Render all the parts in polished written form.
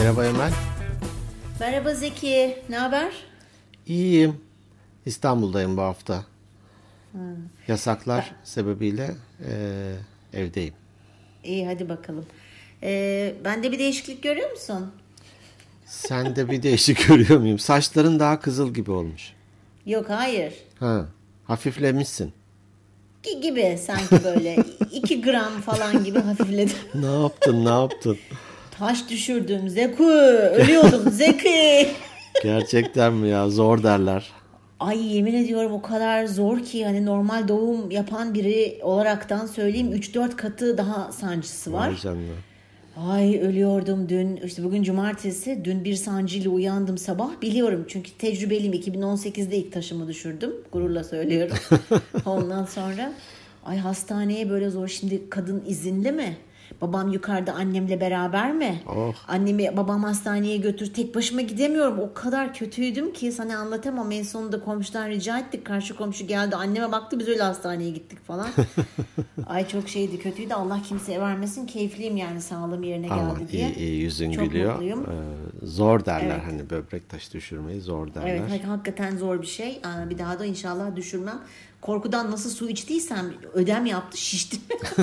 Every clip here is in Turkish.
Merhaba Emel. Merhaba Zeki, ne haber? İyiyim. İstanbul'dayım bu hafta. Yasaklar sebebiyle evdeyim. İyi, hadi bakalım. Bende bir değişiklik görüyor musun? Sen de bir değişik görüyor muyum? Saçların daha kızıl gibi olmuş. Yok, hayır. Ha, hafiflemişsin. Gibi sanki böyle 2 gram falan gibi hafifledim. Ne yaptın? Taş düşürdüm Zeku, ölüyordum Zeki. Gerçekten mi ya? Zor derler. Ay yemin ediyorum o kadar zor ki hani normal doğum yapan biri olaraktan söyleyeyim 3-4 katı daha sancısı var. Vay canına. Ay ölüyordum dün. İşte bugün cumartesi. Dün bir sancıyla uyandım sabah. Biliyorum çünkü tecrübeliyim. 2018'de ilk taşımı düşürdüm. Gururla söylüyorum. Ondan sonra ay hastaneye böyle zor. Şimdi kadın izinli mi? Babam yukarıda annemle beraber mi? Oh. Annemi babam hastaneye götür. Tek başıma gidemiyorum. O kadar kötüydüm ki sana anlatamam. En sonunda komşudan rica ettik. Karşı komşu geldi. Anneme baktı, biz öyle hastaneye gittik falan. Ay çok şeydi, kötüydü. Allah kimseye vermesin. Keyifliyim yani, sağlığım yerine geldi Ama diye. iyi yüzün çok gülüyor. Mutluyum. Zor derler, Evet. hani böbrek taşı düşürmeyi zor derler. Evet, hakikaten zor bir şey. Bir daha da inşallah düşürmem. Korkudan nasıl su içtiysem ödem yaptı, şiştim.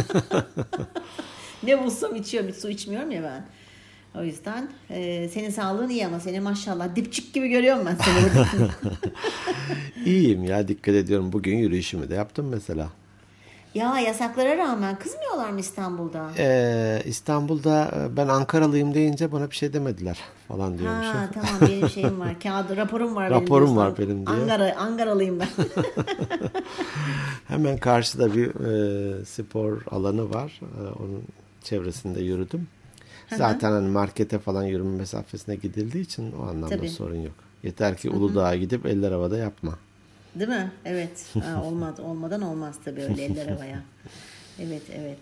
Ne bulsam içiyorum, hiç su içmiyorum ya ben. O yüzden senin sağlığın iyi ama seni maşallah dipçik gibi görüyorum ben seni burada. İyiyim ya, dikkat ediyorum. Bugün yürüyüşümü de yaptım mesela. Ya yasaklara rağmen kızmıyorlar mı İstanbul'da? İstanbul'da ben Ankaralıyım deyince bana bir şey demediler falan diyormuşum. Ha tamam, benim şeyim var. Kağıdı raporum var benim. Raporum var benim diye. Ankaralıyım ben. Hemen karşıda bir spor alanı var. Onun çevresinde yürüdüm. Zaten hani markete falan yürüme mesafesine gidildiği için o anlamda Tabii. sorun yok. Yeter ki Uludağ'a gidip eller havada yapma. Değil mi? Evet. Olmadan olmaz tabii öyle eller havaya. Evet.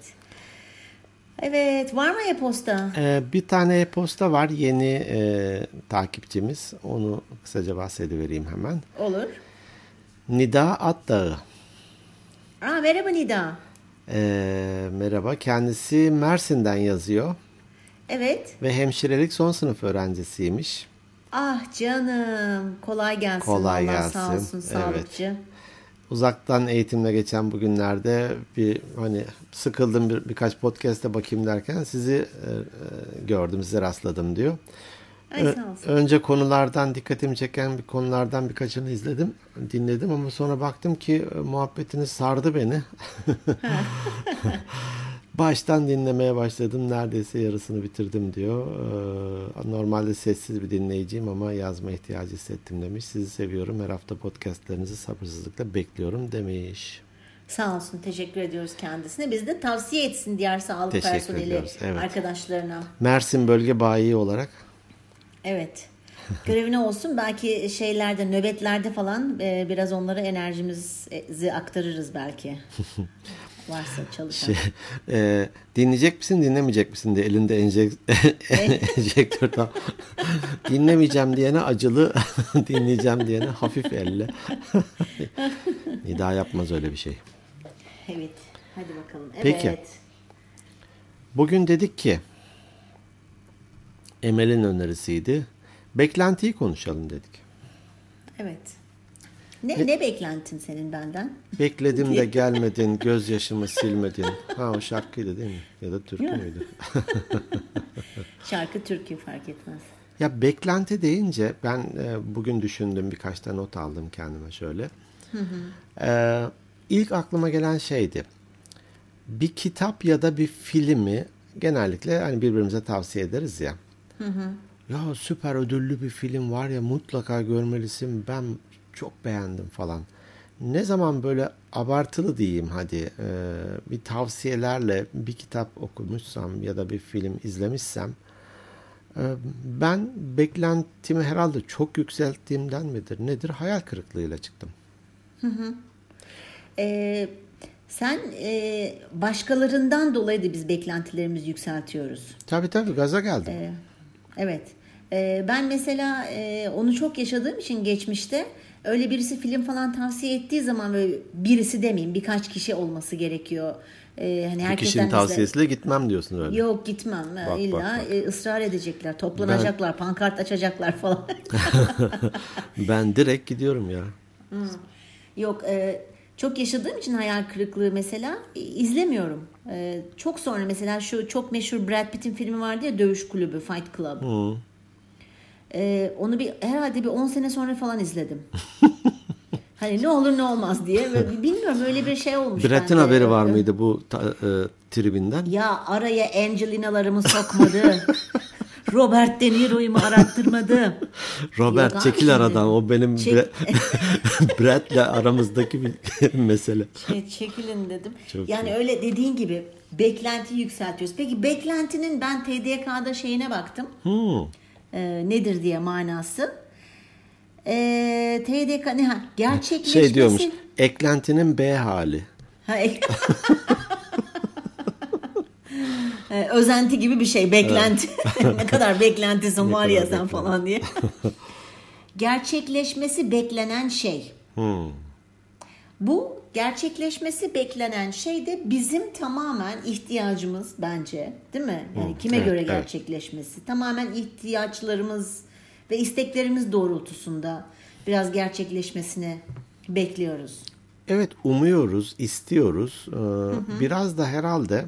Evet, var mı e-posta? Bir tane e-posta var, yeni takipçimiz. Onu kısaca bahsedivereyim hemen. Olur. Nida Atdağı. Merhaba Nida. Merhaba. Kendisi Mersin'den yazıyor. Evet. Ve hemşirelik son sınıf öğrencisiymiş. Ah canım. Kolay gelsin. Kolay Vallahi gelsin. sağ olsun sağlıkçı. Evet. Uzaktan eğitimle geçen bugünlerde bir hani sıkıldım, birkaç podcast'e bakayım derken sizi gördüm, size rastladım diyor. Ay sağ olsun. Önce konulardan dikkatimi çeken bir konulardan birkaçını dinledim ama sonra baktım ki muhabbetiniz sardı beni. Baştan dinlemeye başladım. Neredeyse yarısını bitirdim diyor. Normalde sessiz bir dinleyiciyim ama yazma ihtiyacı hissettim demiş. Sizi seviyorum. Her hafta podcastlarınızı sabırsızlıkla bekliyorum demiş. Sağ olsun. Teşekkür ediyoruz kendisine. Biz de tavsiye etsin diğer sağlık Teşekkür personeli ediyoruz, evet. arkadaşlarına. Mersin Bölge Bayi olarak. Evet. Görevine olsun. Belki şeylerde, nöbetlerde falan biraz onlara enerjimizi aktarırız belki. Varsa çalışan. Dinleyecek misin, dinlemeyecek misin de elinde enjektör tam. Dinlemeyeceğim diyene acılı, dinleyeceğim diyene hafif elle. Nida yapmaz öyle bir şey. Evet. Hadi bakalım. Evet. Peki. Bugün dedik ki Emel'in önerisiydi. Beklentiyi konuşalım dedik. Evet. Ne beklentin senin benden? Bekledim de gelmedin, gözyaşımı silmedin. Ha, o şarkıydı değil mi? Ya da türkü müydü? Şarkı türkü fark etmez. Ya beklenti deyince ben bugün düşündüm, birkaç tane not aldım kendime şöyle. İlk aklıma gelen şeydi. Bir kitap ya da bir filmi genellikle hani birbirimize tavsiye ederiz ya. Ya süper ödüllü bir film var ya, mutlaka görmelisin, ben çok beğendim falan. Ne zaman böyle abartılı diyeyim hadi bir tavsiyelerle bir kitap okumuşsam ya da bir film izlemişsem ben beklentimi herhalde çok yükselttiğimden midir nedir, hayal kırıklığıyla çıktım. Sen başkalarından dolayı da biz beklentilerimizi yükseltiyoruz. Tabii gaza geldim. Evet. Ben mesela onu çok yaşadığım için geçmişte öyle birisi film falan tavsiye ettiği zaman böyle birisi demeyeyim birkaç kişi olması gerekiyor. Hani bir kişinin tavsiyesiyle gitmem diyorsun öyle. Yok gitmem. İlla ısrar edecekler. Toplanacaklar. Pankart açacaklar falan. Ben direkt gidiyorum ya. Yok çok yaşadığım için hayal kırıklığı mesela izlemiyorum. Çok sonra mesela şu çok meşhur Brad Pitt'in filmi vardı ya Dövüş Kulübü, Fight Club. Onu herhalde bir 10 sene sonra falan izledim. Hani ne olur ne olmaz diye. Bilmiyorum öyle bir şey olmuş. Brett'in haberi var mıydı bu tribinden? Ya araya Angelina'larımı sokmadı. Robert De Niro'yu mu arattırmadı? Robert yok çekil aradan. O benim Brett'le aramızdaki bir mesele. Çekilin dedim. Çok yani iyi. Öyle dediğin gibi beklenti yükseltiyoruz. Peki beklentinin ben TDK'da şeyine baktım. Nedir diye manası. TDK ne? Gerçekleşmesi. Şey diyormuş. Eklentinin B hali. Özenti gibi bir şey. Beklenti. Ne kadar beklentisin var ya sen falan diye. Gerçekleşmesi beklenen şey. Bu gerçekleşmesi beklenen şey de bizim tamamen ihtiyacımız bence. Değil mi? Yani kime göre gerçekleşmesi? Tamamen ihtiyaçlarımız ve isteklerimiz doğrultusunda biraz gerçekleşmesini bekliyoruz. Evet, umuyoruz, istiyoruz. Biraz da herhalde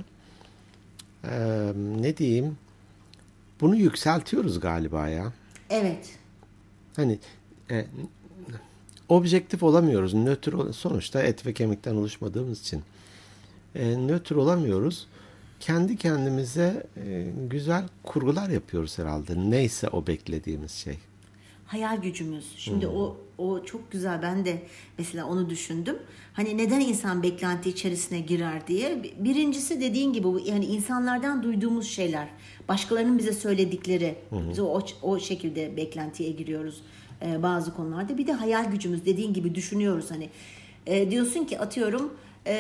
ne diyeyim, bunu yükseltiyoruz galiba ya. Evet. Hani objektif olamıyoruz. Nötr sonuçta et ve kemikten oluşmadığımız için nötr olamıyoruz. Kendi kendimize güzel kurgular yapıyoruz herhalde. Neyse o beklediğimiz şey. Hayal gücümüz. Şimdi o çok güzel. Ben de mesela onu düşündüm. Hani neden insan beklenti içerisine girer diye. Birincisi dediğin gibi yani insanlardan duyduğumuz şeyler. Başkalarının bize söyledikleri. Biz o şekilde beklentiye giriyoruz bazı konularda. Bir de hayal gücümüz dediğin gibi düşünüyoruz. Hani diyorsun ki atıyorum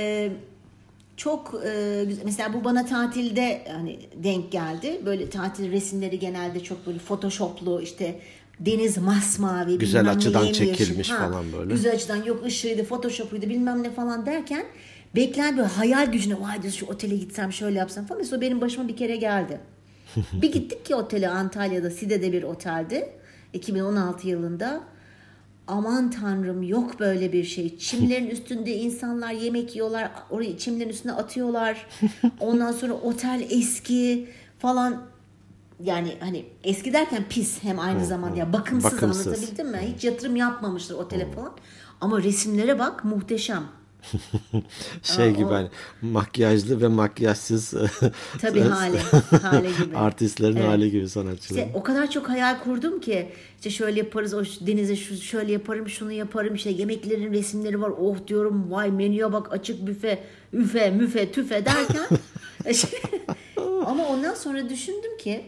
çok mesela bu bana tatilde hani denk geldi. Böyle tatil resimleri genelde çok böyle photoshoplu işte deniz masmavi. Güzel açıdan çekilmiş falan böyle. Güzel açıdan yok ışığıydı, photoshopuydu bilmem ne falan derken beklenti böyle hayal gücüne vay diyorsun şu otele gitsem şöyle yapsam falan. Mesela benim başıma bir kere geldi. Bir gittik ki otele Antalya'da Side'de bir otelde 2016 yılında. Aman tanrım yok böyle bir şey. Çimlerin üstünde insanlar yemek yiyorlar. Orayı çimlerin üstüne atıyorlar. Ondan sonra otel eski falan. Yani hani eski derken pis hem aynı zamanda. Ya bakımsız anlatabildim mi? Hiç yatırım yapmamışlar otele falan. Ama resimlere bak muhteşem. Gibi hani makyajlı ve makyajsız tabii hali gibi. Artistlerin hali gibi sanatçılar. İşte o kadar çok hayal kurdum ki işte şöyle yaparız o denize şöyle yaparım şunu yaparım işte yemeklerin resimleri var oh diyorum vay menüye bak açık büfe üfe müfe tüfe derken ama ondan sonra düşündüm ki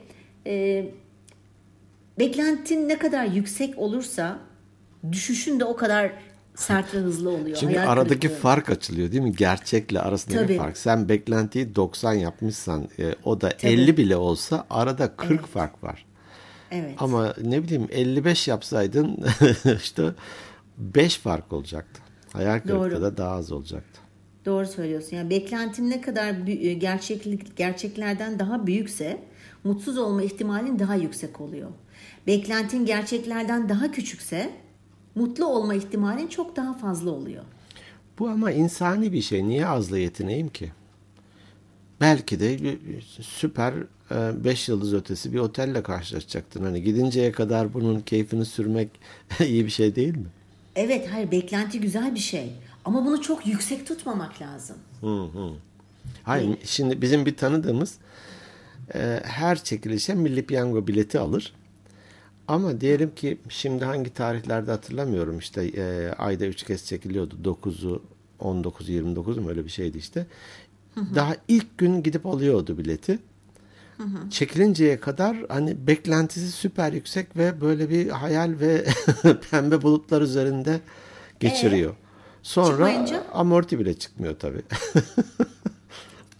beklentin ne kadar yüksek olursa düşüşün de o kadar sert ve hızlı oluyor. Çünkü aradaki fark açılıyor değil mi? Gerçekle arasındaki fark. Sen beklentiyi 90 yapmışsan o da 50 bile olsa arada 40 fark var. Evet. Ama ne bileyim 55 yapsaydın işte 5 fark olacaktı. Hayal kırıklığı da daha az olacaktı. Doğru söylüyorsun. Yani beklentin ne kadar gerçeklerden daha büyükse mutsuz olma ihtimalin daha yüksek oluyor. Beklentin gerçeklerden daha küçükse mutlu olma ihtimalin çok daha fazla oluyor. Bu ama insani bir şey. Niye azla yetineyim ki? Belki de süper 5 yıldız ötesi bir otelle karşılaşacaktın. Hani gidinceye kadar bunun keyfini sürmek iyi bir şey değil mi? Evet, hayır beklenti güzel bir şey. Ama bunu çok yüksek tutmamak lazım. Hayır, şimdi bizim bir tanıdığımız her çekilişe Milli Piyango bileti alır. Ama diyelim ki şimdi hangi tarihlerde hatırlamıyorum işte ayda 3 kez çekiliyordu. 9'u, 19'u, 29'u mu öyle bir şeydi işte. Daha ilk gün gidip alıyordu bileti. Çekilinceye kadar hani beklentisi süper yüksek ve böyle bir hayal ve pembe bulutlar üzerinde geçiriyor. Sonra çıkmayınca? amorti bile çıkmıyor tabii.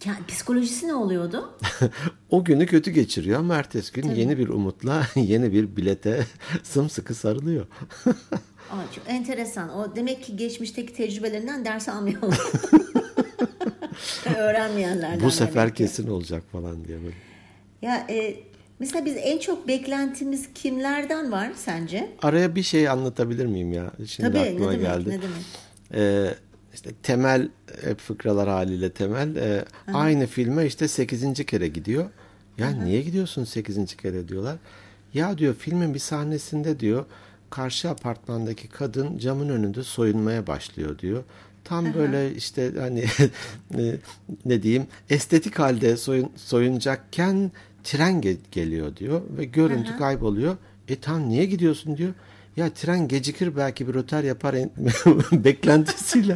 Psikolojisi ne oluyordu? O günü kötü geçiriyor ama ertesi gün yeni bir umutla yeni bir bilete sımsıkı sarılıyor. Çok enteresan. O demek ki geçmişteki tecrübelerinden ders almıyorlar. Öğrenmeyenlerden. Bu sefer kesin olacak falan diye böyle. Ya mesela biz en çok beklentimiz kimlerden var sence? Araya bir şey anlatabilir miyim ya? Şimdi tabii, aklıma ne demek, geldi. ne demek? İşte Temel, hep fıkralar haliyle Temel aynı filme işte 8. kere gidiyor. Ya niye gidiyorsun 8. kere diyorlar. Ya diyor filmin bir sahnesinde diyor karşı apartmandaki kadın camın önünde soyunmaya başlıyor diyor. Tam böyle işte hani ne diyeyim estetik halde soyunacakken tren geliyor diyor ve görüntü kayboluyor. Tam niye gidiyorsun diyor. Ya tren gecikir belki bir rötar yapar beklentisiyle.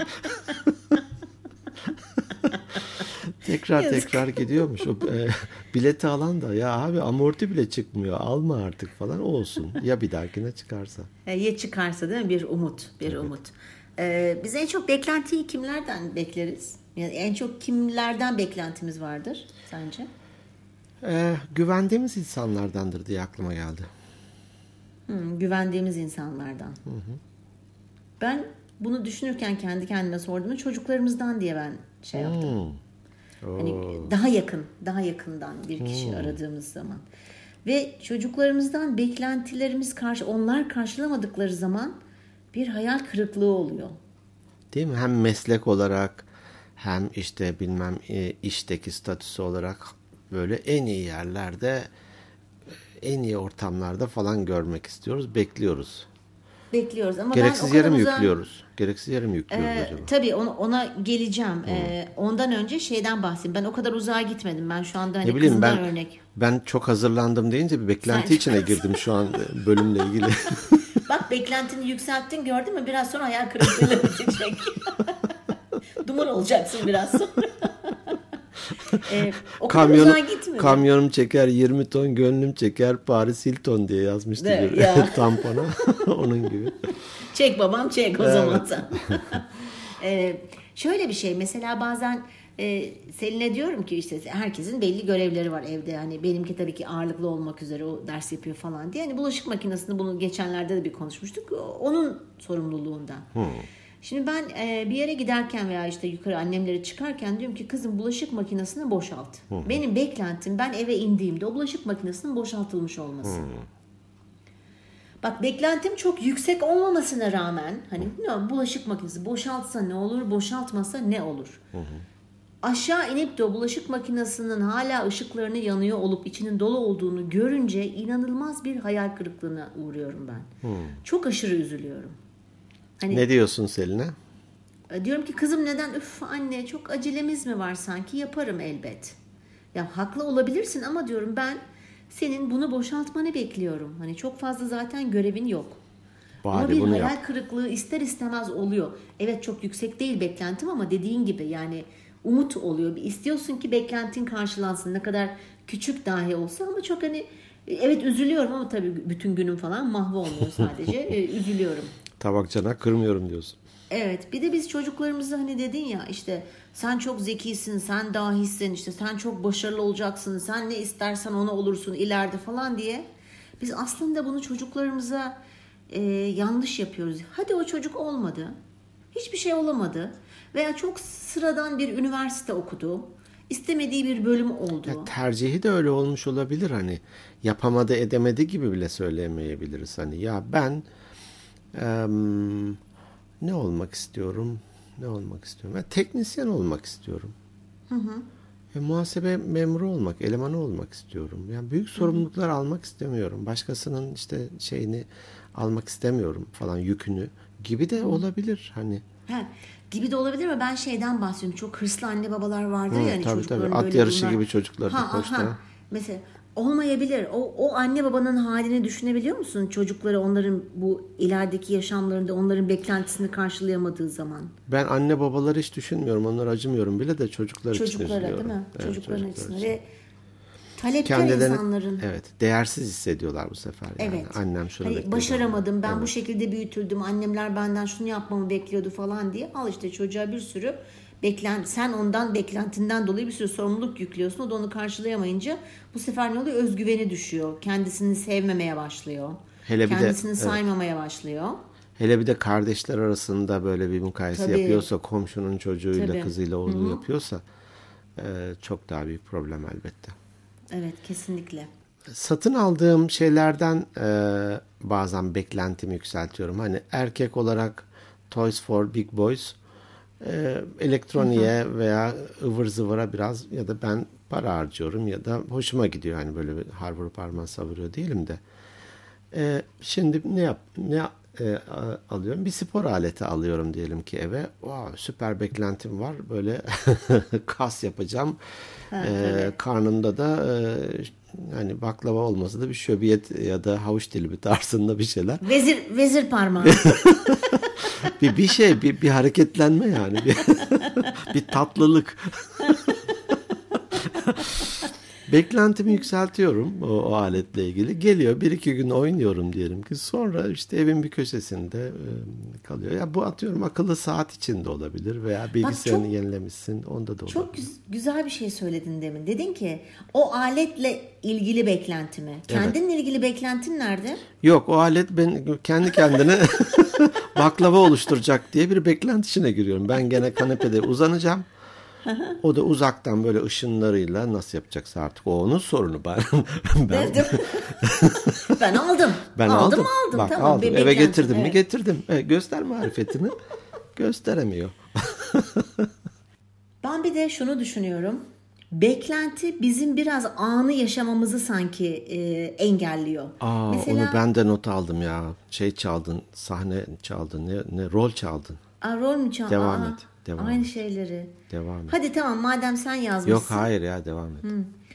tekrar gidiyormuş. O bileti alan da ya abi amorti bile çıkmıyor. Alma artık falan olsun. Ya bir dahakine çıkarsa. Ya çıkarsa değil mi? Bir umut. Umut. Biz en çok beklentiyi kimlerden bekleriz? Yani en çok kimlerden beklentimiz vardır sence? Güvendiğimiz insanlardandır diye aklıma geldi. Güvendiğimiz insanlardan. Ben bunu düşünürken kendi kendime sordum. Çocuklarımızdan diye ben şey yaptım. Hani daha yakından bir kişi aradığımız zaman. Ve çocuklarımızdan beklentilerimiz onlar karşılamadıkları zaman bir hayal kırıklığı oluyor. Değil mi? Hem meslek olarak hem işte bilmem işteki statüsü olarak böyle en iyi yerlerde en iyi ortamlarda falan görmek istiyoruz. Bekliyoruz ama gereksiz ben yere mi yüklüyoruz? Gereksiz yere mi yüklüyoruz acaba? Tabii ona geleceğim. Ondan önce şeyden bahsedeyim. Ben o kadar uzağa gitmedim. Ben şu anda hani kızımdan örnek. Ben çok hazırlandım deyince bir beklenti içine girdim şu an bölümle ilgili. Bak beklentini yükselttin gördün mü? Biraz sonra hayal kırıklığıyla bitecek. Dumur olacaksın biraz sonra. O kadar uzağa gitmedim. Kamyonum çeker 20 ton, gönlüm çeker Paris Hilton diye yazmıştı bir tampona. Onun gibi. Çek babam çek o zaman sen. Şöyle bir şey mesela bazen Selin'e diyorum ki işte herkesin belli görevleri var evde. Hani benimki tabii ki ağırlıklı olmak üzere o ders yapıyor falan diye. Hani bulaşık makinesini bunu geçenlerde de bir konuşmuştuk. Onun sorumluluğunda. Şimdi ben bir yere giderken veya işte yukarı annemlere çıkarken diyorum ki kızım bulaşık makinesini boşalt. Benim beklentim ben eve indiğimde o bulaşık makinesinin boşaltılmış olması. Bak beklentim çok yüksek olmamasına rağmen hani bulaşık makinesi boşaltsa ne olur, boşaltmasa ne olur? Aşağı inip de o bulaşık makinesinin hala ışıklarını yanıyor olup içinin dolu olduğunu görünce inanılmaz bir hayal kırıklığına uğruyorum ben. Çok aşırı üzülüyorum. Hani, ne diyorsun Selin'e? Diyorum ki kızım neden? Üf anne çok acelemiz mi var sanki? Yaparım elbet. Ya haklı olabilirsin ama diyorum ben senin bunu boşaltmanı bekliyorum. Hani çok fazla zaten görevin yok. Ama bir hayal kırıklığı ister istemez oluyor. Evet çok yüksek değil beklentim ama dediğin gibi yani umut oluyor. İstiyorsun ki beklentin karşılansın. Ne kadar küçük dahi olsa ama çok hani evet üzülüyorum ama tabii bütün günüm falan mahvolmuyor sadece. Üzülüyorum. Tabak çanak kırmıyorum diyorsun. Evet bir de biz çocuklarımızı hani dedin ya işte sen çok zekisin, sen dahisin, işte sen çok başarılı olacaksın, sen ne istersen ona olursun ileride falan diye. Biz aslında bunu çocuklarımıza yanlış yapıyoruz. Hadi o çocuk olmadı, hiçbir şey olamadı veya çok sıradan bir üniversite okudu, istemediği bir bölüm oldu. Ya, tercihi de öyle olmuş olabilir hani yapamadı edemedi gibi bile söyleyemeyebiliriz hani ya ben... ne olmak istiyorum? Ben teknisyen olmak istiyorum. Muhasebe memuru olmak, elemanı olmak istiyorum. Yani büyük sorumluluklar almak istemiyorum. Başkasının işte şeyini almak istemiyorum falan yükünü gibi de olabilir hani. Gibi de olabilir mi? Ben şeyden bahsediyorum. Çok hırslı anne babalar vardır ya hani çocukların tabii. At yarışı gibi çocuklar koşta. Mesela olmayabilir. O anne babanın halini düşünebiliyor musun? Çocukları onların bu ilerideki yaşamlarında onların beklentisini karşılayamadığı zaman. Ben anne babaları hiç düşünmüyorum. Onlara acımıyorum bile de çocuklara için üzülüyorum. Değil mi? Evet, çocukların için. Ve Talepkar insanların. Evet, değersiz hissediyorlar bu sefer. Yani. Evet. Annem şunu hani bekliyordu. başaramadım, ben bu şekilde büyütüldüm, annemler benden şunu yapmamı bekliyordu falan diye. Al işte çocuğa bir sürü sen ondan beklentinden dolayı bir sürü sorumluluk yüklüyorsun. O da onu karşılayamayınca bu sefer ne oluyor? Özgüveni düşüyor. Kendisini sevmemeye başlıyor. Kendisini saymamaya başlıyor. Hele bir de kardeşler arasında böyle bir mukayese yapıyorsa, komşunun çocuğuyla kızıyla onu yapıyorsa çok daha büyük problem elbette. Evet, kesinlikle. Satın aldığım şeylerden bazen beklentimi yükseltiyorum. Hani erkek olarak Toys for Big Boys, elektroniğe veya ıvır zıvıra biraz ya da ben para harcıyorum ya da hoşuma gidiyor. Hani böyle bir harvur parmağı savuruyor değilim de. Şimdi alıyorum? Bir spor aleti alıyorum diyelim ki eve. Wow, süper beklentim var. Böyle kas yapacağım. Karnımda da hani baklava olmasa da bir şöbiyet ya da havuç dilimi tarzında bir şeyler. Vezir parmağı. bir hareketlenme yani. Bir tatlılık. Beklentimi yükseltiyorum o aletle ilgili. Geliyor 1-2 gün oynuyorum diyelim ki. Sonra işte evin bir köşesinde kalıyor. Ya bu atıyorum akıllı saat için de olabilir veya bilgisayarını yenilemişsin. Onda da olabilir. Çok güzel bir şey söyledin demin. Dedin ki o aletle ilgili beklentimi. Kendinle ilgili beklentin nerede? Yok, o alet ben kendi kendine baklava oluşturacak diye bir beklenti içine giriyorum. Ben gene kanepede uzanacağım. O da uzaktan böyle ışınlarıyla nasıl yapacaksa artık o onun sorunu. Ben aldım. Aldım. Bak, tamam. Aldım. Eve getirdim mi? Getirdim. Göster marifetini. Gösteremiyor. Ben bir de şunu düşünüyorum. Beklenti bizim biraz anı yaşamamızı sanki engelliyor. Mesela, onu ben de not aldım ya. Çaldın, sahne çaldın, ne rol çaldın. Rol mü çaldın? Devam et. Aynı şeyleri. Devam et. Hadi tamam, madem sen yazmışsın. Yok hayır ya, devam et.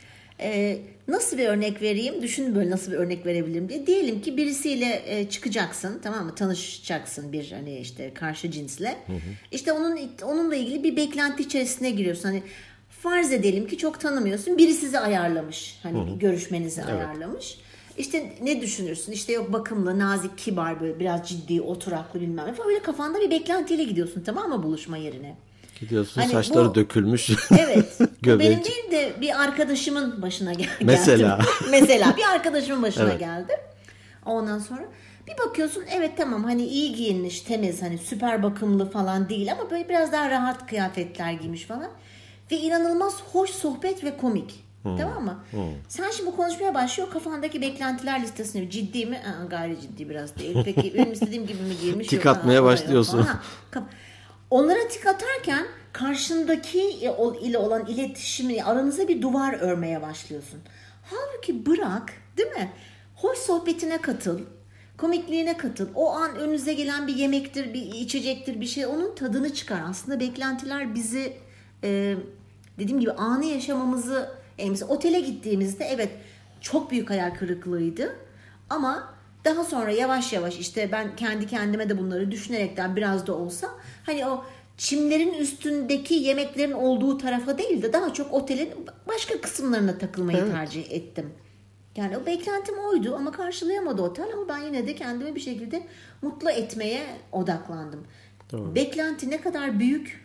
Nasıl bir örnek vereyim? Düşün böyle nasıl bir örnek verebilirim diye. Diyelim ki birisiyle çıkacaksın, tamam mı? Tanışacaksın bir hani işte karşı cinsle. İşte onunla ilgili bir beklenti içerisine giriyorsun. Hani farz edelim ki çok tanımıyorsun. Biri sizi ayarlamış. Hani görüşmenizi ayarlamış. İşte ne düşünürsün? İşte yok bakımlı, nazik, kibar, böyle biraz ciddi, oturaklı bilmem ne falan. Öyle kafanda bir beklentiyle gidiyorsun, tamam mı, buluşma yerine? Gidiyorsun hani saçları dökülmüş. Evet. Benim değil de bir arkadaşımın başına geldi. Mesela bir arkadaşımın başına geldi. Ondan sonra bir bakıyorsun, evet tamam, hani iyi giyinmiş, temiz, hani süper bakımlı falan değil ama böyle biraz daha rahat kıyafetler giymiş falan. Ve inanılmaz hoş sohbet ve komik. Tamam mı? Sen şimdi bu konuşmaya başlıyor, kafandaki beklentiler listesini ciddi mi? Gayri ciddi biraz değil. Peki benim istediğim gibi mi giymiş? Tik atmaya başlıyorsun. Onlara tik atarken karşındaki ile olan iletişimini, aranıza bir duvar örmeye başlıyorsun. Halbuki bırak, değil mi? Hoş sohbetine katıl. Komikliğine katıl. O an önünüze gelen bir yemektir, bir içecektir, bir şey. Onun tadını çıkar. Aslında beklentiler bizi dediğim gibi anı yaşamamızı, mesela otele gittiğimizde evet çok büyük hayal kırıklığıydı. Ama daha sonra yavaş yavaş işte ben kendi kendime de bunları düşünerekten biraz da olsa hani o çimlerin üstündeki yemeklerin olduğu tarafa değil de daha çok otelin başka kısımlarına takılmayı tercih ettim. Yani o beklentim oydu ama karşılayamadı otel, ama ben yine de kendimi bir şekilde mutlu etmeye odaklandım. Doğru. Beklenti ne kadar büyük,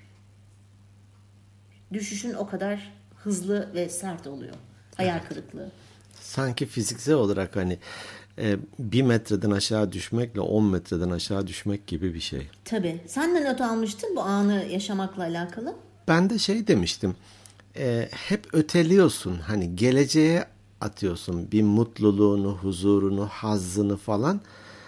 düşüşün o kadar hızlı ve sert oluyor. Hayal kırıklığı. Sanki fiziksel olarak hani 1 metreden aşağı düşmekle 10 metreden aşağı düşmek gibi bir şey. Tabii. Sen de not almıştın bu anı yaşamakla alakalı. Ben de demiştim. Hep öteliyorsun. Hani geleceğe atıyorsun bir mutluluğunu, huzurunu, hazzını falan.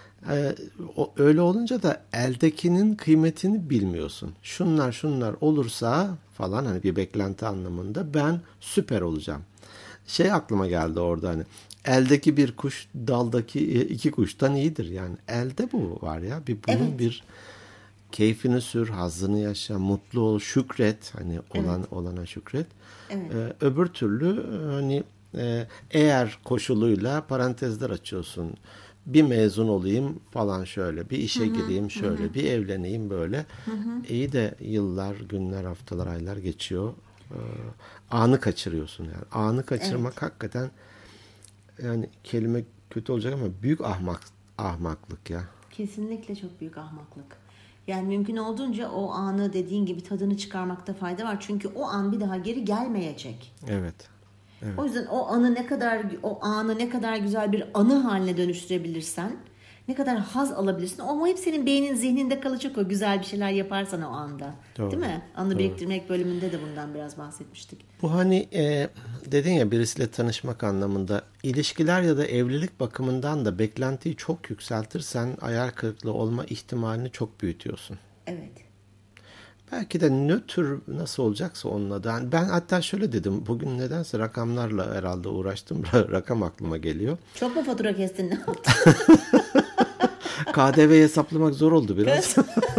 Öyle olunca da eldekinin kıymetini bilmiyorsun. Şunlar olursa falan, hani bir beklenti anlamında ben süper olacağım. Aklıma geldi orada, hani eldeki bir kuş daldaki 2 kuştan iyidir. Yani elde bu var ya. Bunun bir keyfini sür, hazzını yaşa, mutlu ol, şükret. Hani olana şükret. Evet. Öbür türlü hani eğer koşuluyla parantezler açıyorsun. Bir mezun olayım falan, şöyle bir işe gireyim, şöyle bir evleneyim böyle. İyi de yıllar, günler, haftalar, aylar geçiyor. Anı kaçırıyorsun yani. Anı kaçırmak hakikaten, yani kelime kötü olacak ama büyük ahmaklık ya. Kesinlikle çok büyük ahmaklık. Yani mümkün olduğunca o anı dediğin gibi tadını çıkarmakta fayda var. Çünkü o an bir daha geri gelmeyecek. Evet. O yüzden o anı ne kadar güzel bir anı haline dönüştürebilirsen, ne kadar haz alabilirsin. Ama hep senin beynin, zihninde kalacak o güzel bir şeyler yaparsan o anda. Doğru. Değil mi? Anı biriktirmek bölümünde de bundan biraz bahsetmiştik. Bu hani dedin ya, birisiyle tanışmak anlamında, ilişkiler ya da evlilik bakımından da beklentiyi çok yükseltirsen hayal kırıklığı olma ihtimalini çok büyütüyorsun. Evet. Belki de nötr nasıl olacaksa onunla da. Yani ben hatta şöyle dedim. Bugün nedense rakamlarla herhalde uğraştım. Rakam aklıma geliyor. Çok mu fatura kestin? Ne yaptın? KDV hesaplamak zor oldu biraz.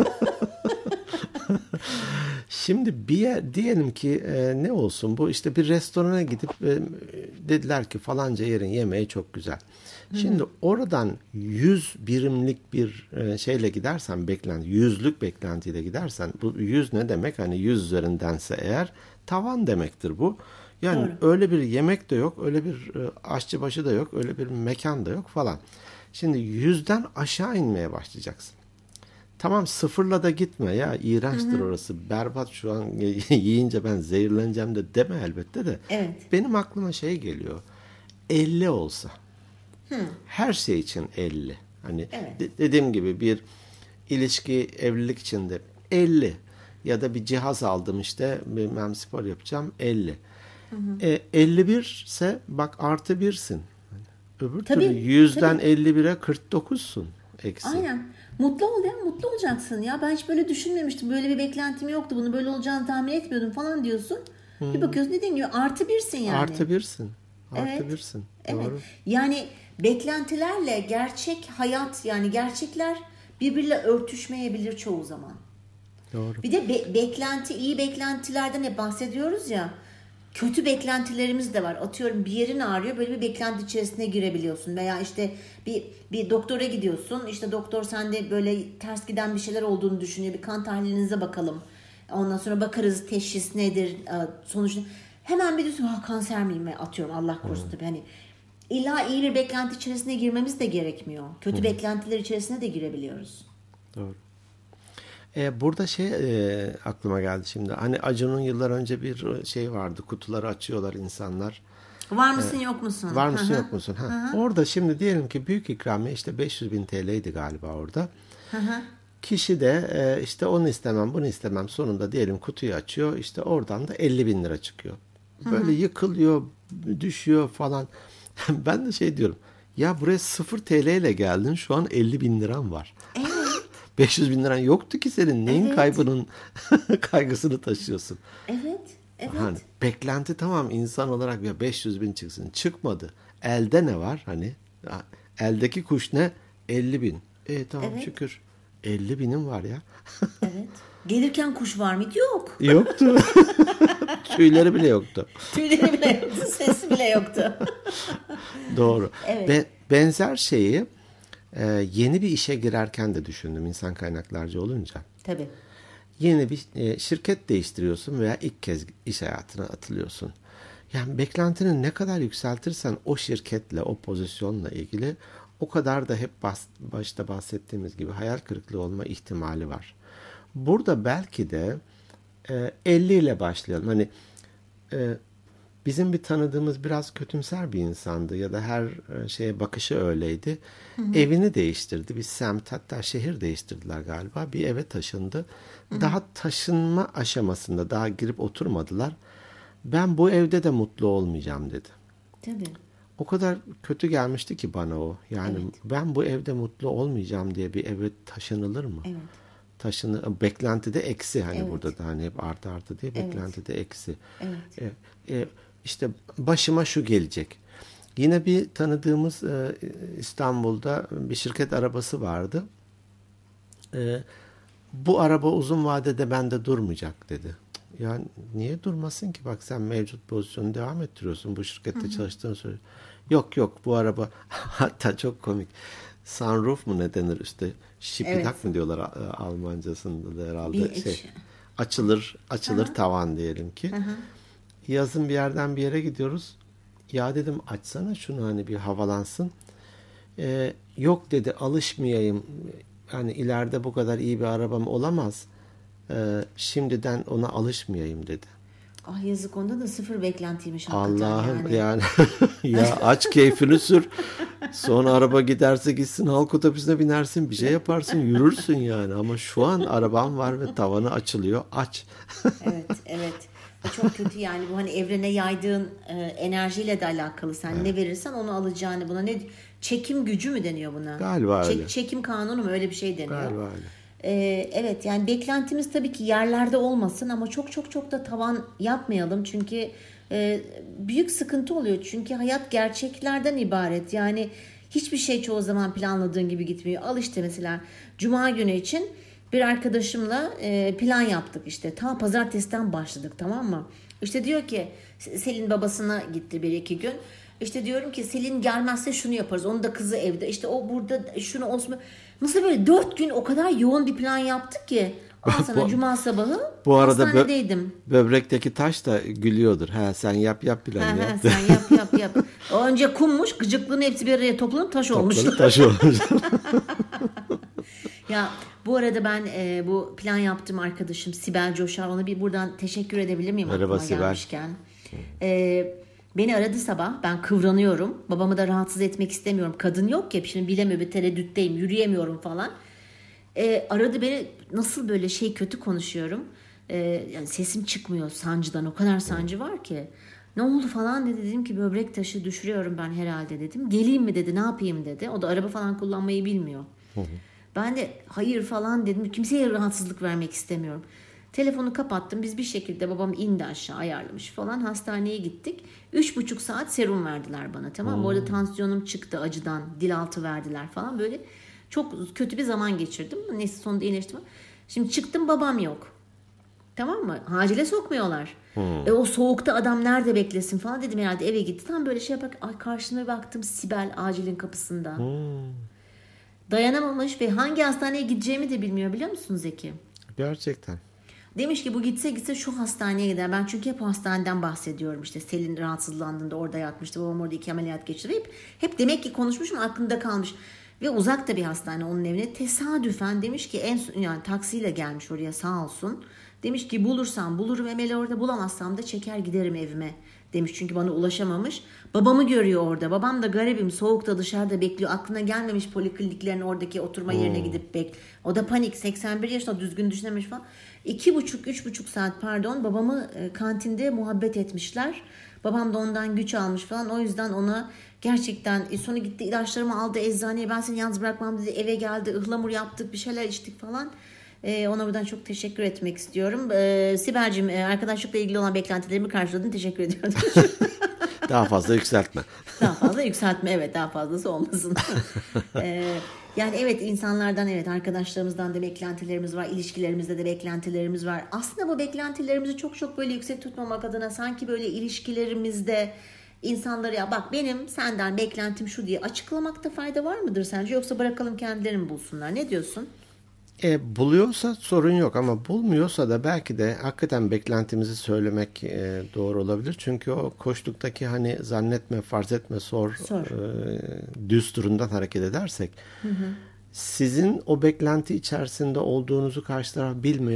Şimdi diyelim ki ne olsun, bu işte bir restorana gidip dediler ki falanca yerin yemeği çok güzel. Şimdi oradan 100 birimlik bir şeyle gidersen, 100'lük beklentiyle gidersen, bu 100 ne demek? Hani 100 üzerindense eğer tavan demektir bu. Yani öyle bir yemek de yok, öyle bir aşçıbaşı da yok, öyle bir mekan da yok falan. Şimdi 100'den aşağı inmeye başlayacaksın. Tamam, sıfırla da gitme ya, iğrençtir orası, berbat, şu an yiyince ben zehirleneceğim de deme elbette de. Evet. Benim aklıma şey geliyor, 50 olsa. Her şey için 50. Hani dediğim gibi bir ilişki, evlilik içinde 50 ya da bir cihaz aldım işte, bilmem spor yapacağım, 50. 51 ise bak artı 1'sin. Öbür türlü 100'den 51'e 49'sun eksi. Aynen. Mutlu ol ya, mutlu olacaksın ya. Ben hiç böyle düşünmemiştim. Böyle bir beklentim yoktu. Bunun böyle olacağını tahmin etmiyordum falan diyorsun. Bir bakıyorsun, dediğin gibi artı 1'sin yani. Artı 1'sin. Artı Evet. 1'sin. Evet. Doğru. Yani beklentilerle gerçek hayat, yani gerçekler birbiriyle örtüşmeyebilir çoğu zaman. Doğru. Bir de iyi beklentilerden hep bahsediyoruz ya. Kötü beklentilerimiz de var. Atıyorum, bir yerin ağrıyor, böyle bir beklenti içerisine girebiliyorsun. Veya işte bir doktora gidiyorsun. İşte doktor sende böyle ters giden bir şeyler olduğunu düşünüyor. Bir kan tahlilinize bakalım. Ondan sonra bakarız teşhis nedir, sonuç ne. Hemen bir diyorsun, kanser miyim? Atıyorum, Allah korusun tabii. Hani illa iyi bir beklenti içerisine girmemiz de gerekmiyor. Kötü beklentiler içerisine de girebiliyoruz. Doğru. Burada aklıma geldi şimdi. Hani Acun'un yıllar önce bir şey vardı. Kutuları açıyorlar insanlar. Var mısın yok musun? Var mısın yok musun? Orada şimdi diyelim ki büyük ikramiye işte 500.000 TL'ydi galiba orada. Kişi de işte onu istemem bunu istemem, sonunda diyelim kutuyu açıyor. İşte oradan da 50.000 lira çıkıyor. Böyle yıkılıyor, düşüyor falan. Ben de şey diyorum. Ya buraya 0 TL ile geldin, şu an 50.000 liram var. 500.000 liran yoktu ki senin. Neyin kaybının kaygısını taşıyorsun? Evet. Hani beklenti tamam, insan olarak ya 500.000 çıksın. Çıkmadı. Elde ne var? Hani eldeki kuş ne? 50.000. Tamam şükür. 50.000'im var ya. Evet. Gelirken kuş var mıydı? Yok. Yoktu. Tüyleri bile yoktu. Tüyleri bile yoktu. Sesi bile yoktu. Doğru. Evet. Benzer şeyi yeni bir işe girerken de düşündüm, insan kaynaklarcı olunca. Tabii. Yeni bir şirket değiştiriyorsun veya ilk kez iş hayatına atılıyorsun. Yani beklentini ne kadar yükseltirsen o şirketle, o pozisyonla ilgili, o kadar da hep başta bahsettiğimiz gibi hayal kırıklığı olma ihtimali var. Burada belki de 50 ile başlayalım. Hani bizim bir tanıdığımız biraz kötümser bir insandı ya da her şeye bakışı öyleydi. Evini değiştirdi. Bir semt, hatta şehir değiştirdiler galiba. Bir eve taşındı. Daha taşınma aşamasında, daha girip oturmadılar. Ben bu evde de mutlu olmayacağım dedi. Tabii. O kadar kötü gelmişti ki bana o. Yani ben bu evde mutlu olmayacağım diye bir eve taşınılır mı? Evet. Beklentide eksi, hani burada da hani hep artı diye beklentide eksi. Evet. İşte başıma şu gelecek. Yine bir tanıdığımız İstanbul'da bir şirket arabası vardı. Bu araba uzun vadede bende durmayacak dedi. Yani niye durmasın ki? Bak sen mevcut pozisyonu devam ettiriyorsun. Bu şirkette çalıştığını söylüyor. Yok bu araba hatta çok komik. Sunroof mu ne denir üstte? Şipidak mı diyorlar Almancasında da herhalde. Açılır tavan diyelim ki. yazın bir yerden bir yere gidiyoruz. Ya dedim açsana şunu hani bir havalansın. Yok dedi alışmayayım. Yani ileride bu kadar iyi bir arabam olamaz. Şimdiden ona alışmayayım dedi. Ah yazık, onda da sıfır beklentiymiş hakikaten Allah'ım yani ya aç keyfini sür. Sonra araba giderse gitsin, halk otobüsüne binersin, bir şey yaparsın, yürürsün yani. Ama şu an arabam var ve tavanı açılıyor, aç. Evet. Bu çok kötü yani, bu hani evrene yaydığın enerjiyle de alakalı. Sen ne verirsen onu alacağını, buna ne çekim gücü mü deniyor buna? Galiba öyle. Çekim kanunu mu, öyle bir şey deniyor. Galiba öyle. Evet yani beklentimiz tabii ki yerlerde olmasın ama çok da tavan yapmayalım. Çünkü büyük sıkıntı oluyor. Çünkü hayat gerçeklerden ibaret. Yani hiçbir şey çoğu zaman planladığın gibi gitmiyor. Al işte mesela Cuma günü için bir arkadaşımla plan yaptık işte. Ta pazartesiden başladık, tamam mı? İşte diyor ki Selin babasına gitti 1-2 gün. İşte diyorum ki Selin gelmezse şunu yaparız. Onun da kızı evde. İşte o burada şunu olsun. Nasıl böyle 4 gün o kadar yoğun bir plan yaptık ki. Al sana Cuma sabahı bu arada hastanedeydim. Böbrekteki taş da gülüyordur. Sen yap planı yap. Sen yap. O önce kummuş, gıcıklığın hepsi bir araya toplanıp taş olmuş. Taş olmuş. Ya bu arada ben bu plan yaptığım arkadaşım Sibel Coşar, ona bir buradan teşekkür edebilir miyim? Merhaba Sibel. Gelmişken. Beni aradı sabah, ben kıvranıyorum. Babamı da rahatsız etmek istemiyorum. Kadın yok ki, şimdi bilemiyor, bir tereddütteyim, yürüyemiyorum falan. Aradı beni, nasıl böyle kötü konuşuyorum. Yani sesim çıkmıyor sancıdan, o kadar sancı var ki. Ne oldu falan dedi, dedim ki böbrek taşı düşürüyorum ben herhalde dedim. Geleyim mi dedi, ne yapayım dedi. O da araba falan kullanmayı bilmiyor. Ben de hayır falan dedim, kimseye rahatsızlık vermek istemiyorum. Telefonu kapattım, biz bir şekilde, babam indi aşağı ayarlamış falan, hastaneye gittik. 3,5 saat serum verdiler bana, tamam mı? Bu arada tansiyonum çıktı acıdan, dil altı verdiler falan, böyle çok kötü bir zaman geçirdim. Neyse sonunda iyileştim. Şimdi çıktım, babam yok. Tamam mı? Acile sokmuyorlar. O soğukta adam nerede beklesin falan dedim, herhalde eve gitti. Tam böyle yaparak karşıma baktım, Sibel acilin kapısında. Dayanamamış ve hangi hastaneye gideceğimi de bilmiyor, biliyor musun Zeki? Gerçekten. Demiş ki bu gitse şu hastaneye gider. Ben çünkü hep hastaneden bahsediyorum. İşte Selin rahatsızlandığında orada yatmıştı. Babam orada 2 ameliyat geçirdi. Hep demek ki konuşmuşum, aklımda kalmış. Ve uzakta bir hastane onun evine. Tesadüfen demiş ki yani taksiyle gelmiş oraya, sağ olsun. Demiş ki bulursam bulurum Emel'i orada, bulamazsam da çeker giderim evime demiş. Çünkü bana ulaşamamış. Babamı görüyor orada. Babam da garibim, soğukta dışarıda bekliyor. Aklına gelmemiş polikliniklerin oradaki oturma yerine gidip O da panik, 81 yaşında, düzgün düşünememiş falan. 2,5-3,5 saat babamı kantinde muhabbet etmişler. Babam da ondan güç almış falan. O yüzden ona gerçekten sonra gitti, ilaçlarımı aldı eczaneye. Ben seni yalnız bırakmam dedi. Eve geldi, ıhlamur yaptık, bir şeyler içtik falan. Ona buradan çok teşekkür etmek istiyorum. Sibel'cim, arkadaşlıkla ilgili olan beklentilerimi karşıladın. Teşekkür ediyorum. Daha fazla yükseltme. Daha fazla yükseltme, evet, daha fazlası olmasın. Yani evet, insanlardan, evet, arkadaşlarımızdan da beklentilerimiz var. İlişkilerimizde de beklentilerimiz var. Aslında bu beklentilerimizi çok böyle yüksek tutmamak adına sanki böyle ilişkilerimizde insanları, ya bak benim senden beklentim şu diye açıklamakta fayda var mıdır sence? Yoksa bırakalım kendileri mi bulsunlar? Ne diyorsun? Buluyorsa sorun yok ama bulmuyorsa da belki de hakikaten beklentimizi söylemek doğru olabilir. Çünkü o koştuktaki hani zannetme, farz etme, sor. Düsturundan hareket edersek sizin o beklenti içerisinde olduğunuzu karşı taraf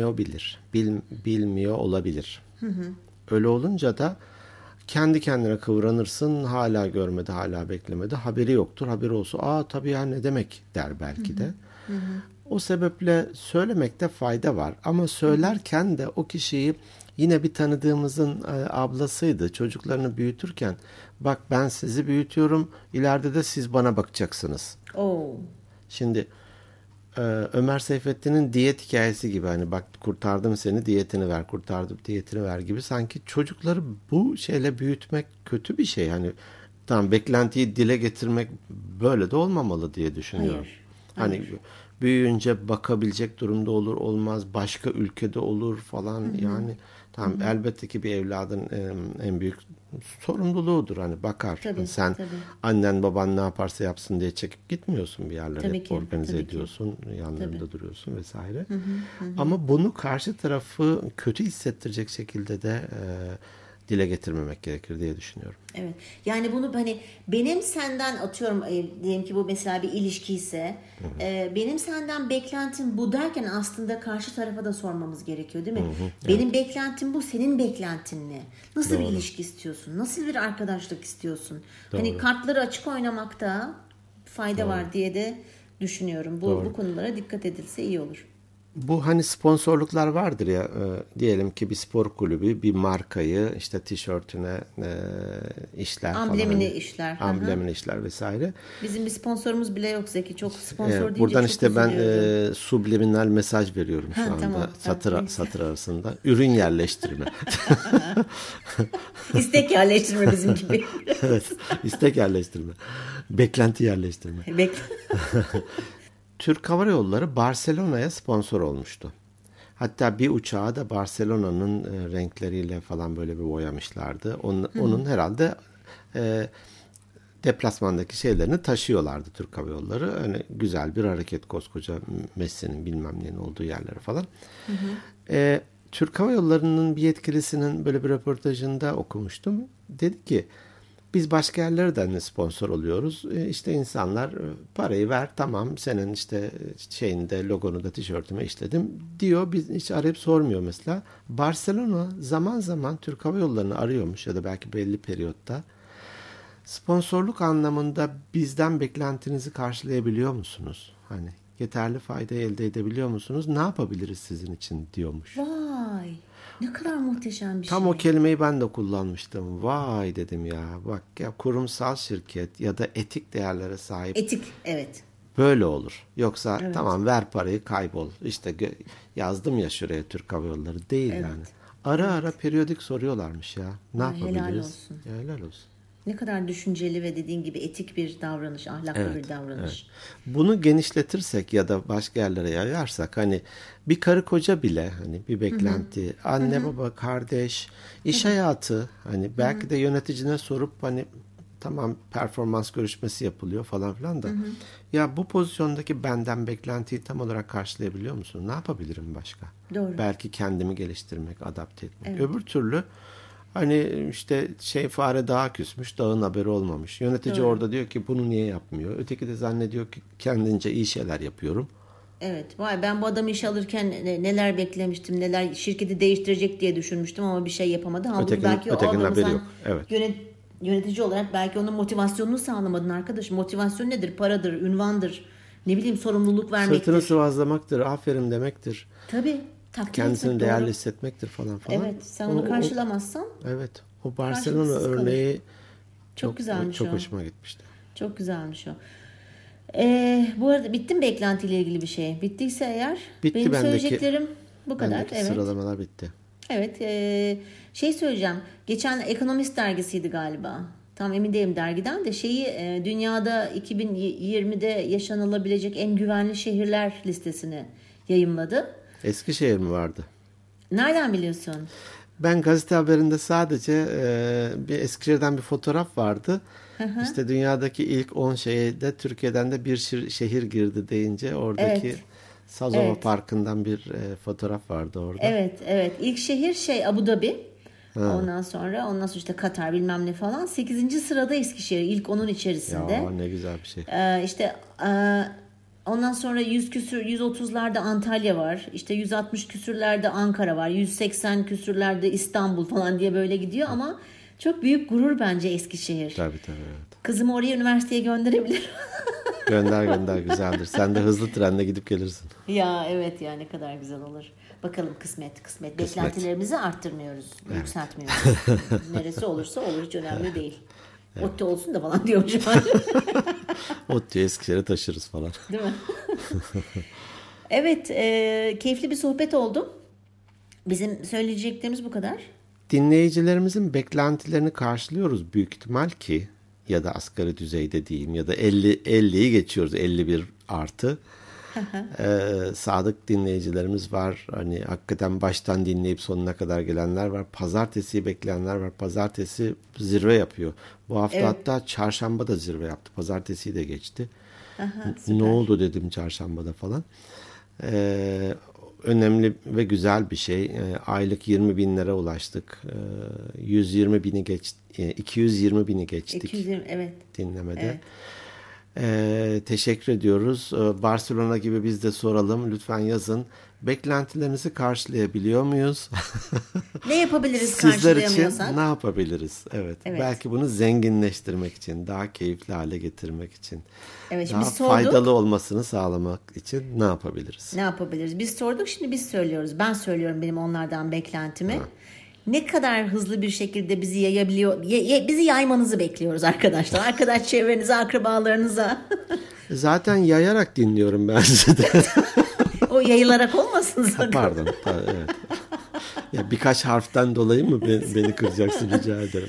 bilmiyor olabilir. Öyle olunca da kendi kendine kıvranırsın, hala görmedi, hala beklemedi, haberi yoktur, haberi olsa tabii ya ne demek der belki de. O sebeple söylemekte fayda var. Ama söylerken de o kişiyi, yine bir tanıdığımızın ablasıydı. Çocuklarını büyütürken, bak ben sizi büyütüyorum, ileride de siz bana bakacaksınız. Şimdi Ömer Seyfettin'in diyet hikayesi gibi, hani bak kurtardım seni, diyetini ver, kurtardım diyetini ver gibi. Sanki çocukları bu şeyle büyütmek kötü bir şey. Hani tamam, beklentiyi dile getirmek böyle de olmamalı diye düşünüyorum. Hayır. Hani büyüyünce bakabilecek durumda olur olmaz, başka ülkede olur falan. Yani tamam, elbette ki bir evladın en büyük sorumluluğudur, hani bakar. Tabii, sen tabii. annen baban ne yaparsa yapsın diye çekip gitmiyorsun bir yerlere, Tabii hep ki, organize tabii ki. ediyorsun, yanlarında duruyorsun vesaire. Ama bunu karşı tarafı kötü hissettirecek şekilde de dile getirmemek gerekir diye düşünüyorum. Evet. Yani bunu hani benim senden atıyorum diyelim ki bu mesela bir ilişki ise benim senden beklentim bu derken aslında karşı tarafa da sormamız gerekiyor değil mi? Benim beklentim bu, senin beklentin ne? Nasıl bir ilişki istiyorsun? Nasıl bir arkadaşlık istiyorsun? Hani kartları açık oynamakta fayda var diye de düşünüyorum. Bu konulara dikkat edilse iyi olur. Bu hani sponsorluklar vardır ya, diyelim ki bir spor kulübü bir markayı işte tişörtüne işler amblemini falan. işler. Amblemini işler vesaire. Bizim bir sponsorumuz bile yok Zeki. Çok sponsor deyince buradan çok işte ben üzülüyorum. subliminal mesaj veriyorum şu anda tamam. satır arasında. Ürün yerleştirme. İstek yerleştirme bizim gibi. Evet, istek yerleştirme. Beklenti yerleştirme. Türk Hava Yolları Barcelona'ya sponsor olmuştu. Hatta bir uçağı da Barcelona'nın renkleriyle falan böyle bir boyamışlardı. Onun herhalde deplasmandaki şeylerini taşıyorlardı Türk Hava Yolları. Öyle güzel bir hareket, koskoca Messi'nin bilmem neyin olduğu yerlere falan. Türk Hava Yolları'nın bir yetkilisinin böyle bir röportajında okumuştum. Dedi ki biz başka yerlerden de sponsor oluyoruz. İşte insanlar parayı ver, tamam senin işte şeyinde logonu da tişörtüme işledim diyor. Biz hiç arayıp sormuyor mesela. Barcelona zaman zaman Türk Hava Yolları'nı arıyormuş ya da belki belli periyotta. Sponsorluk anlamında bizden beklentinizi karşılayabiliyor musunuz? Hani yeterli fayda elde edebiliyor musunuz? Ne yapabiliriz sizin için diyormuş. Vay, ne kadar muhteşem bir Tam şey. o kelimeyi ben de kullanmıştım. Vay dedim ya. Bak ya, kurumsal şirket ya da etik değerlere sahip. Etik, evet. Böyle olur. Yoksa tamam ver parayı kaybol. İşte yazdım ya şuraya Türk Hava Yolları değil yani. Ara periyodik soruyorlarmış ya. Ne yapabiliriz? Helal olsun. Ya, helal olsun. Ne kadar düşünceli ve dediğin gibi etik bir davranış, ahlaklı bir davranış. Evet. Bunu genişletirsek ya da başka yerlere yayarsak hani bir karı koca bile hani bir beklenti, anne baba, kardeş, iş hayatı hani belki de yöneticine sorup hani tamam performans görüşmesi yapılıyor falan filan da ya bu pozisyondaki benden beklentiyi tam olarak karşılayabiliyor musun? Ne yapabilirim başka? Doğru. Belki kendimi geliştirmek, adapte etmek. Öbür türlü hani işte fare dağa küsmüş, dağın haberi olmamış. Yönetici orada diyor ki bunu niye yapmıyor? Öteki de zannediyor ki kendince iyi şeyler yapıyorum. Evet. Vay, ben bu adamı işe alırken neler beklemiştim, neler şirketi değiştirecek diye düşünmüştüm ama bir şey yapamadı. Halbuki belki o adamı haberi sen yok. Evet. yönetici olarak belki onun motivasyonunu sağlamadın arkadaş. Motivasyon nedir? Paradır, ünvandır. Ne bileyim, sorumluluk vermektir. Sırtını sıvazlamaktır, aferin demektir. Tabii. Takdir Kendisini etmek, değerli doğru. hissetmektir falan. Evet. Sen onu karşılamazsan. Evet. O Barcelona örneği çok güzelmiş çok o. hoşuma gitmişti. Çok güzelmiş o. Bu arada bitti mi beklentiyle ilgili bir şey? Bittiyse eğer Bitti, benim söyleyeceklerim bu kadar. Bendeki Evet. sıralamalar bitti. Evet. Şey söyleyeceğim. Geçen Economist dergisiydi galiba. Tam emin değilim dergiden de dünyada 2020'de yaşanılabilecek en güvenli şehirler listesini yayımladı. Eskişehir mi vardı? Nereden biliyorsun? Ben gazete haberinde sadece bir Eskişehir'den bir fotoğraf vardı. İşte dünyadaki ilk 10 şehirde Türkiye'den de bir şehir girdi deyince oradaki Sazova Parkı'ndan bir fotoğraf vardı orada. Evet. İlk şehir Abu Dhabi. Ondan sonra işte Katar bilmem ne falan. 8. sırada Eskişehir. İlk onun içerisinde. Ya ne güzel bir şey. Ondan sonra 130'larda Antalya var. İşte 160 küsürlerde Ankara var. 180 küsürlerde İstanbul falan diye böyle gidiyor ama çok büyük gurur bence Eskişehir. Tabii evet. Kızımı oraya üniversiteye gönderebilirim. Gönder güzeldir. Sen de hızlı trenle gidip gelirsin. Ya evet ya, ne kadar güzel olur. Bakalım kısmet. Beklentilerimizi arttırmıyoruz. Yükseltmiyoruz. Neresi olursa olur, hiç önemli değil. Evet. ODTÜ olsun da falan diyorum şu an. ODTÜ'ye Eskişehir'e taşırız falan. Değil mi? Evet, keyifli bir sohbet oldu. Bizim söyleyeceklerimiz bu kadar. Dinleyicilerimizin beklentilerini karşılıyoruz büyük ihtimal ki, ya da asgari düzeyde diyeyim, ya da 50'yi geçiyoruz, 51 artı. Sadık dinleyicilerimiz var. Hani hakikaten baştan dinleyip sonuna kadar gelenler var. Pazartesiyi bekleyenler var. Pazartesi zirve yapıyor. Bu hafta hatta çarşamba da zirve yaptı. Pazartesiyi de geçti. Ne oldu dedim çarşambada falan. önemli ve güzel bir şey. Aylık 20 binlere ulaştık. 120 bini 220 bini geçtik. 220, evet. Dinlemede. Evet. Teşekkür ediyoruz. Barcelona gibi biz de soralım. Lütfen yazın. Beklentilerinizi karşılayabiliyor muyuz? Ne yapabiliriz Sizler için karşılayamıyorsak? ne yapabiliriz? Evet. Belki bunu zenginleştirmek için, daha keyifli hale getirmek için, evet, daha biz sorduk. faydalı olmasını sağlamak için ne yapabiliriz? Ne yapabiliriz? Biz sorduk, şimdi biz söylüyoruz. Ben söylüyorum benim onlardan beklentimi. Ne kadar hızlı bir şekilde bizi yayabiliyor, bizi yaymanızı bekliyoruz arkadaşlar. Arkadaş çevrenize, akrabalarınıza. Zaten yayarak dinliyorum ben sizi de. O yayılarak olmasın sakın. Pardon. Evet. Ya birkaç harften dolayı mı beni kıracaksın, rica ederim.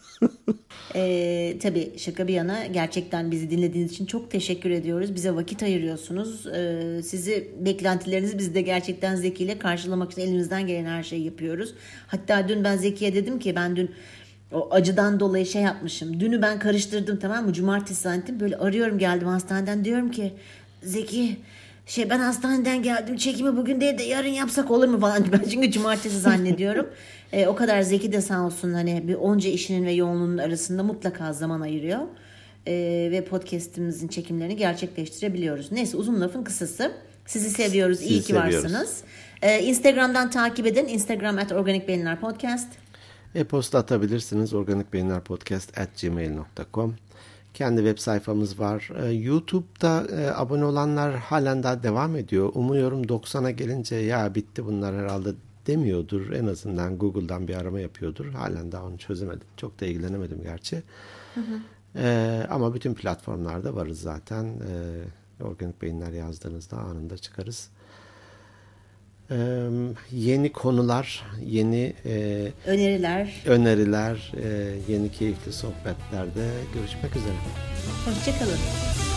Tabii şaka bir yana, gerçekten bizi dinlediğiniz için çok teşekkür ediyoruz. Bize vakit ayırıyorsunuz. Beklentilerinizi biz de gerçekten Zeki ile karşılamak için elimizden gelen her şeyi yapıyoruz. Hatta dün ben Zeki'ye dedim ki ben dün o acıdan dolayı şey yapmışım. Dünü ben karıştırdım, tamam mı? Cumartesi zannettim. Böyle arıyorum, geldim hastaneden, diyorum ki Zeki ben hastaneden geldim, çekimi bugün değil de yarın yapsak olur mu falan. Ben çünkü cumartesi zannediyorum. O kadar Zeki de sağ olsun, hani bir onca işinin ve yoğunluğunun arasında mutlaka zaman ayırıyor. Ve podcast'imizin çekimlerini gerçekleştirebiliyoruz. Neyse, uzun lafın kısası. Sizi seviyoruz. İyi ki varsınız. Instagram'dan takip edin. Instagram @organikbeyinlerpodcast. E-posta atabilirsiniz. organikbeyinlerpodcast@gmail.com. Kendi web sayfamız var. YouTube'da abone olanlar halen daha devam ediyor. Umuyorum 90'a gelince ya bitti bunlar herhalde demiyordur. En azından Google'dan bir arama yapıyordur. Halen daha onu çözemedim. Çok da ilgilenemedim gerçi. Ama bütün platformlarda varız zaten. Organik Beyinler yazdığınızda anında çıkarız. Yeni konular, yeni öneriler, yeni keyifli sohbetlerde görüşmek üzere. Hoşçakalın.